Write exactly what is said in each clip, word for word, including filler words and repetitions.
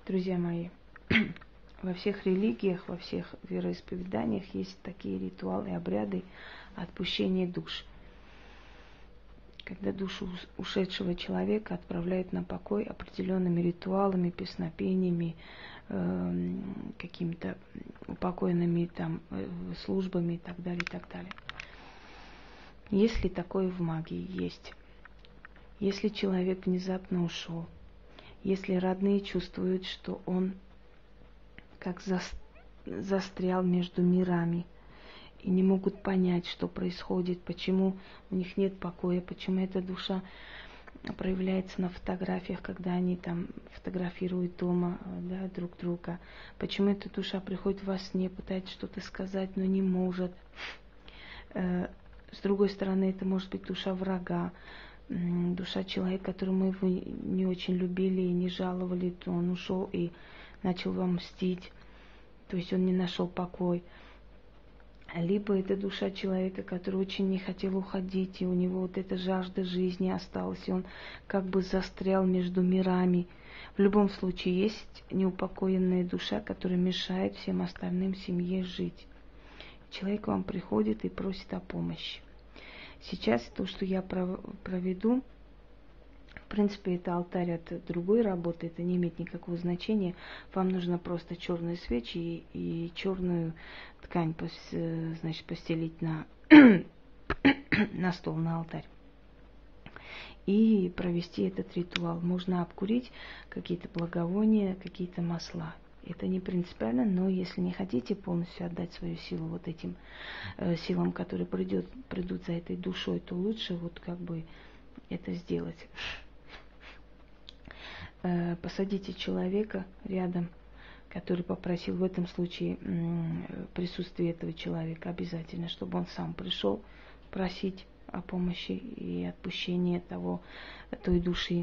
Друзья мои, во всех религиях, во всех вероисповеданиях есть такие ритуалы и обряды отпущения душ. Когда душу ушедшего человека отправляют на покой определенными ритуалами, песнопениями, э, какими-то упокоенными там э, службами и так далее, и так далее. Есть ли такое в магии? Есть. Если человек внезапно ушел, если родные чувствуют, что он как застрял между мирами и не могут понять, что происходит, почему у них нет покоя, почему эта душа проявляется на фотографиях, когда они там фотографируют дома, да, друг друга, почему эта душа приходит во сне, пытается что-то сказать, но не может. С другой стороны, это может быть душа врага, душа человека, которого мы не очень любили и не жаловали, то он ушел и начал вам мстить, то есть он не нашел покой. Либо это душа человека, который очень не хотел уходить, и у него вот эта жажда жизни осталась, и он как бы застрял между мирами. В любом случае есть неупокоенная душа, которая мешает всем остальным семье жить. Человек к вам приходит и просит о помощи. Сейчас то, что я проведу, в принципе, это алтарь от другой работы, это не имеет никакого значения. Вам нужно просто черные свечи и, и черную ткань, значит, постелить на, на стол, на алтарь. И провести этот ритуал. Можно обкурить какие-то благовония, какие-то масла. Это не принципиально, но если не хотите полностью отдать свою силу вот этим э, силам, которые придет, придут за этой душой, то лучше вот как бы это сделать. Э, посадите человека рядом, который попросил в этом случае э, присутствие этого человека обязательно, чтобы он сам пришел просить о помощи и отпущении того, той души.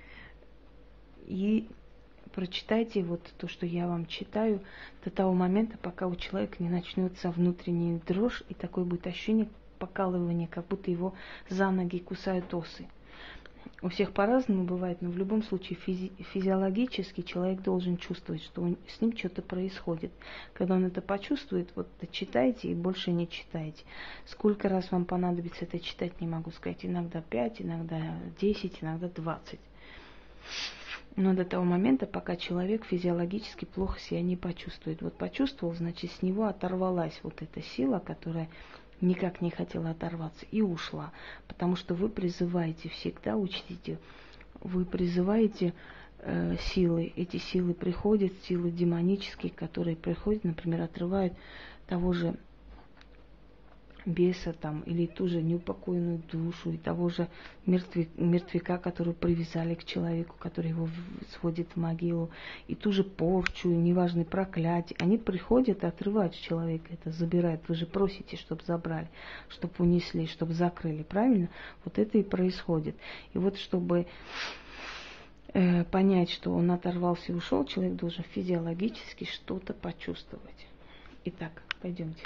И прочитайте вот то, что я вам читаю, до того момента, пока у человека не начнется внутренняя дрожь, и такое будет ощущение покалывания, как будто его за ноги кусают осы. У всех по-разному бывает, но в любом случае физи- физиологически человек должен чувствовать, что он, с ним что-то происходит. Когда он это почувствует, вот читайте и больше не читайте. Сколько раз вам понадобится это читать, не могу сказать. Иногда пять, иногда десять, иногда двадцать. Но до того момента, пока человек физиологически плохо себя не почувствует. Вот почувствовал, значит, с него оторвалась вот эта сила, которая никак не хотела оторваться, и ушла. Потому что вы призываете всегда, учтите, вы призываете э, силы. Эти силы приходят, силы демонические, которые приходят, например, отрывают того же беса там, или ту же неупокоенную душу, и того же мертвя, мертвяка, которого привязали к человеку, который его сводит в могилу, и ту же порчу, и неважные проклятия. Они приходят и отрывают человека, это забирают. Вы же просите, чтобы забрали, чтобы унесли, чтобы закрыли, правильно? Вот это и происходит. И вот чтобы э, понять, что он оторвался и ушел, человек должен физиологически что-то почувствовать. Итак, пойдемте.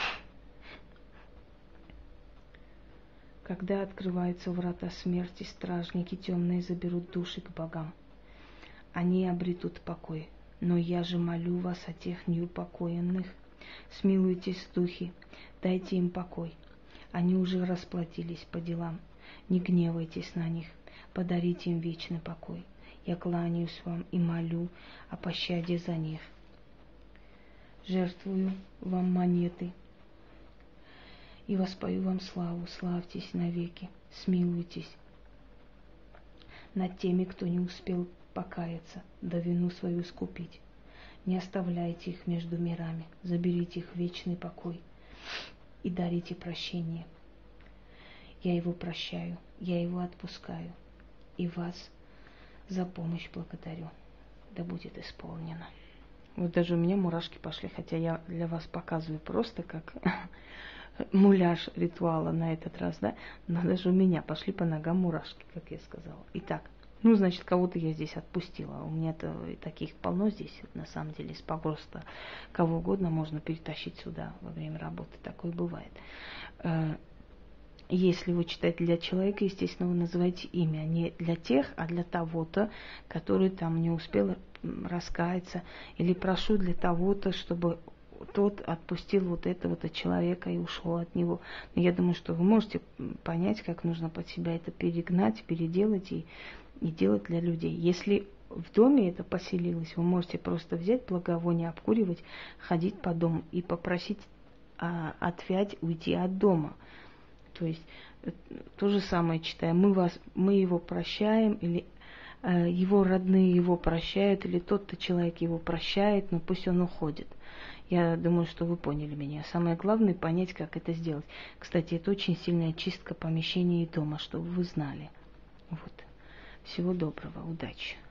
Когда открываются врата смерти, стражники темные заберут души к богам. Они обретут покой. Но я же молю вас о тех неупокоенных. Смилуйтесь, духи, дайте им покой. Они уже расплатились по делам. Не гневайтесь на них, подарите им вечный покой. Я кланяюсь вам и молю о пощаде за них. Жертвую вам монеты и воспою вам славу, славьтесь навеки, смилуйтесь над теми, кто не успел покаяться, да вину свою искупить. Не оставляйте их между мирами, заберите их в вечный покой и дарите прощение. Я его прощаю, я его отпускаю, и вас за помощь благодарю. Да будет исполнено. Вот даже у меня мурашки пошли, хотя я для вас показываю просто как муляж ритуала на этот раз, да, но даже у меня пошли по ногам мурашки, как я сказала. Итак, ну, значит, кого-то я здесь отпустила. У меня-то таких полно здесь, на самом деле, с погроста. Кого угодно можно перетащить сюда во время работы. Такое бывает. Если вы читаете для человека, естественно, вы называете имя. Не для тех, а для того-то, который там не успел раскаяться. Или прошу для того-то, чтобы тот отпустил вот этого вот человека и ушел от него. Но я думаю, что вы можете понять, как нужно под себя это перегнать, переделать и, и делать для людей. Если в доме это поселилось, вы можете просто взять благовоние, обкуривать, ходить по дому и попросить а, отвять, уйти от дома. То есть то же самое читаем. Мы, вас, мы его прощаем, или э, его родные его прощают, или тот-то человек его прощает, но пусть он уходит. Я думаю, что вы поняли меня. Самое главное понять, как это сделать. Кстати, это очень сильная чистка помещения и дома, чтобы вы знали. Вот. Всего доброго, удачи.